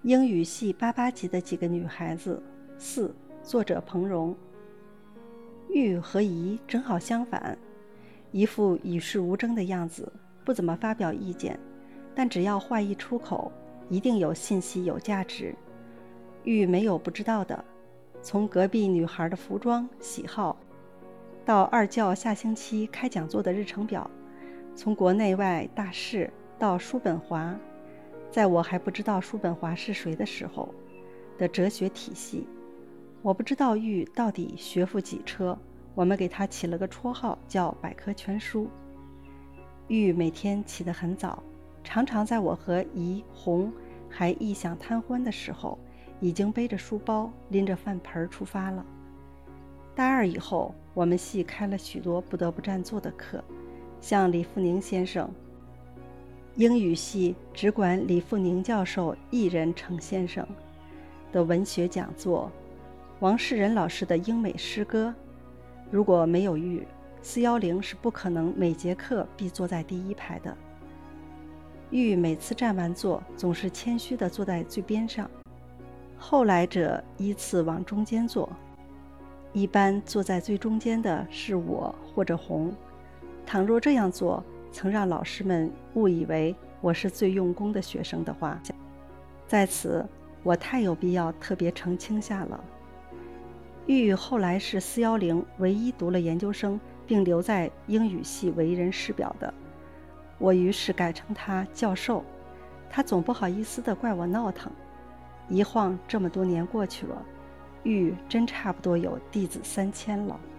英语系88级的几个女孩子。4. 作者彭荣。玉和怡正好相反，一副与世无争的样子，不怎么发表意见，但只要话一出口，一定有信息有价值。玉没有不知道的，从隔壁女孩的服装喜好，到二教下星期开讲座的日程表，从国内外大事到叔本华，在我还不知道叔本华是谁的时候的哲学体系。我不知道玉到底学富几车，我们给他起了个绰号叫百科全书。玉每天起得很早，常常在我和怡红还异想贪欢的时候，已经背着书包拎着饭盆出发了。大二以后，我们系开了许多不得不占座的课，像李富宁先生，英语系只管李富宁教授一人程先生的文学讲座，王世仁老师的英美诗歌。如果没有玉，410是不可能每节课必坐在第一排的。玉每次占完座，总是谦虚地坐在最边上，后来者依次往中间坐。一般坐在最中间的是我或者红。倘若这样做曾让老师们误以为我是最用功的学生的话，在此我太有必要特别澄清下了。玉后来是410唯一读了研究生并留在英语系为人师表的，我于是改称他教授。他总不好意思地怪我闹腾。一晃这么多年过去了，玉真差不多有弟子3000了。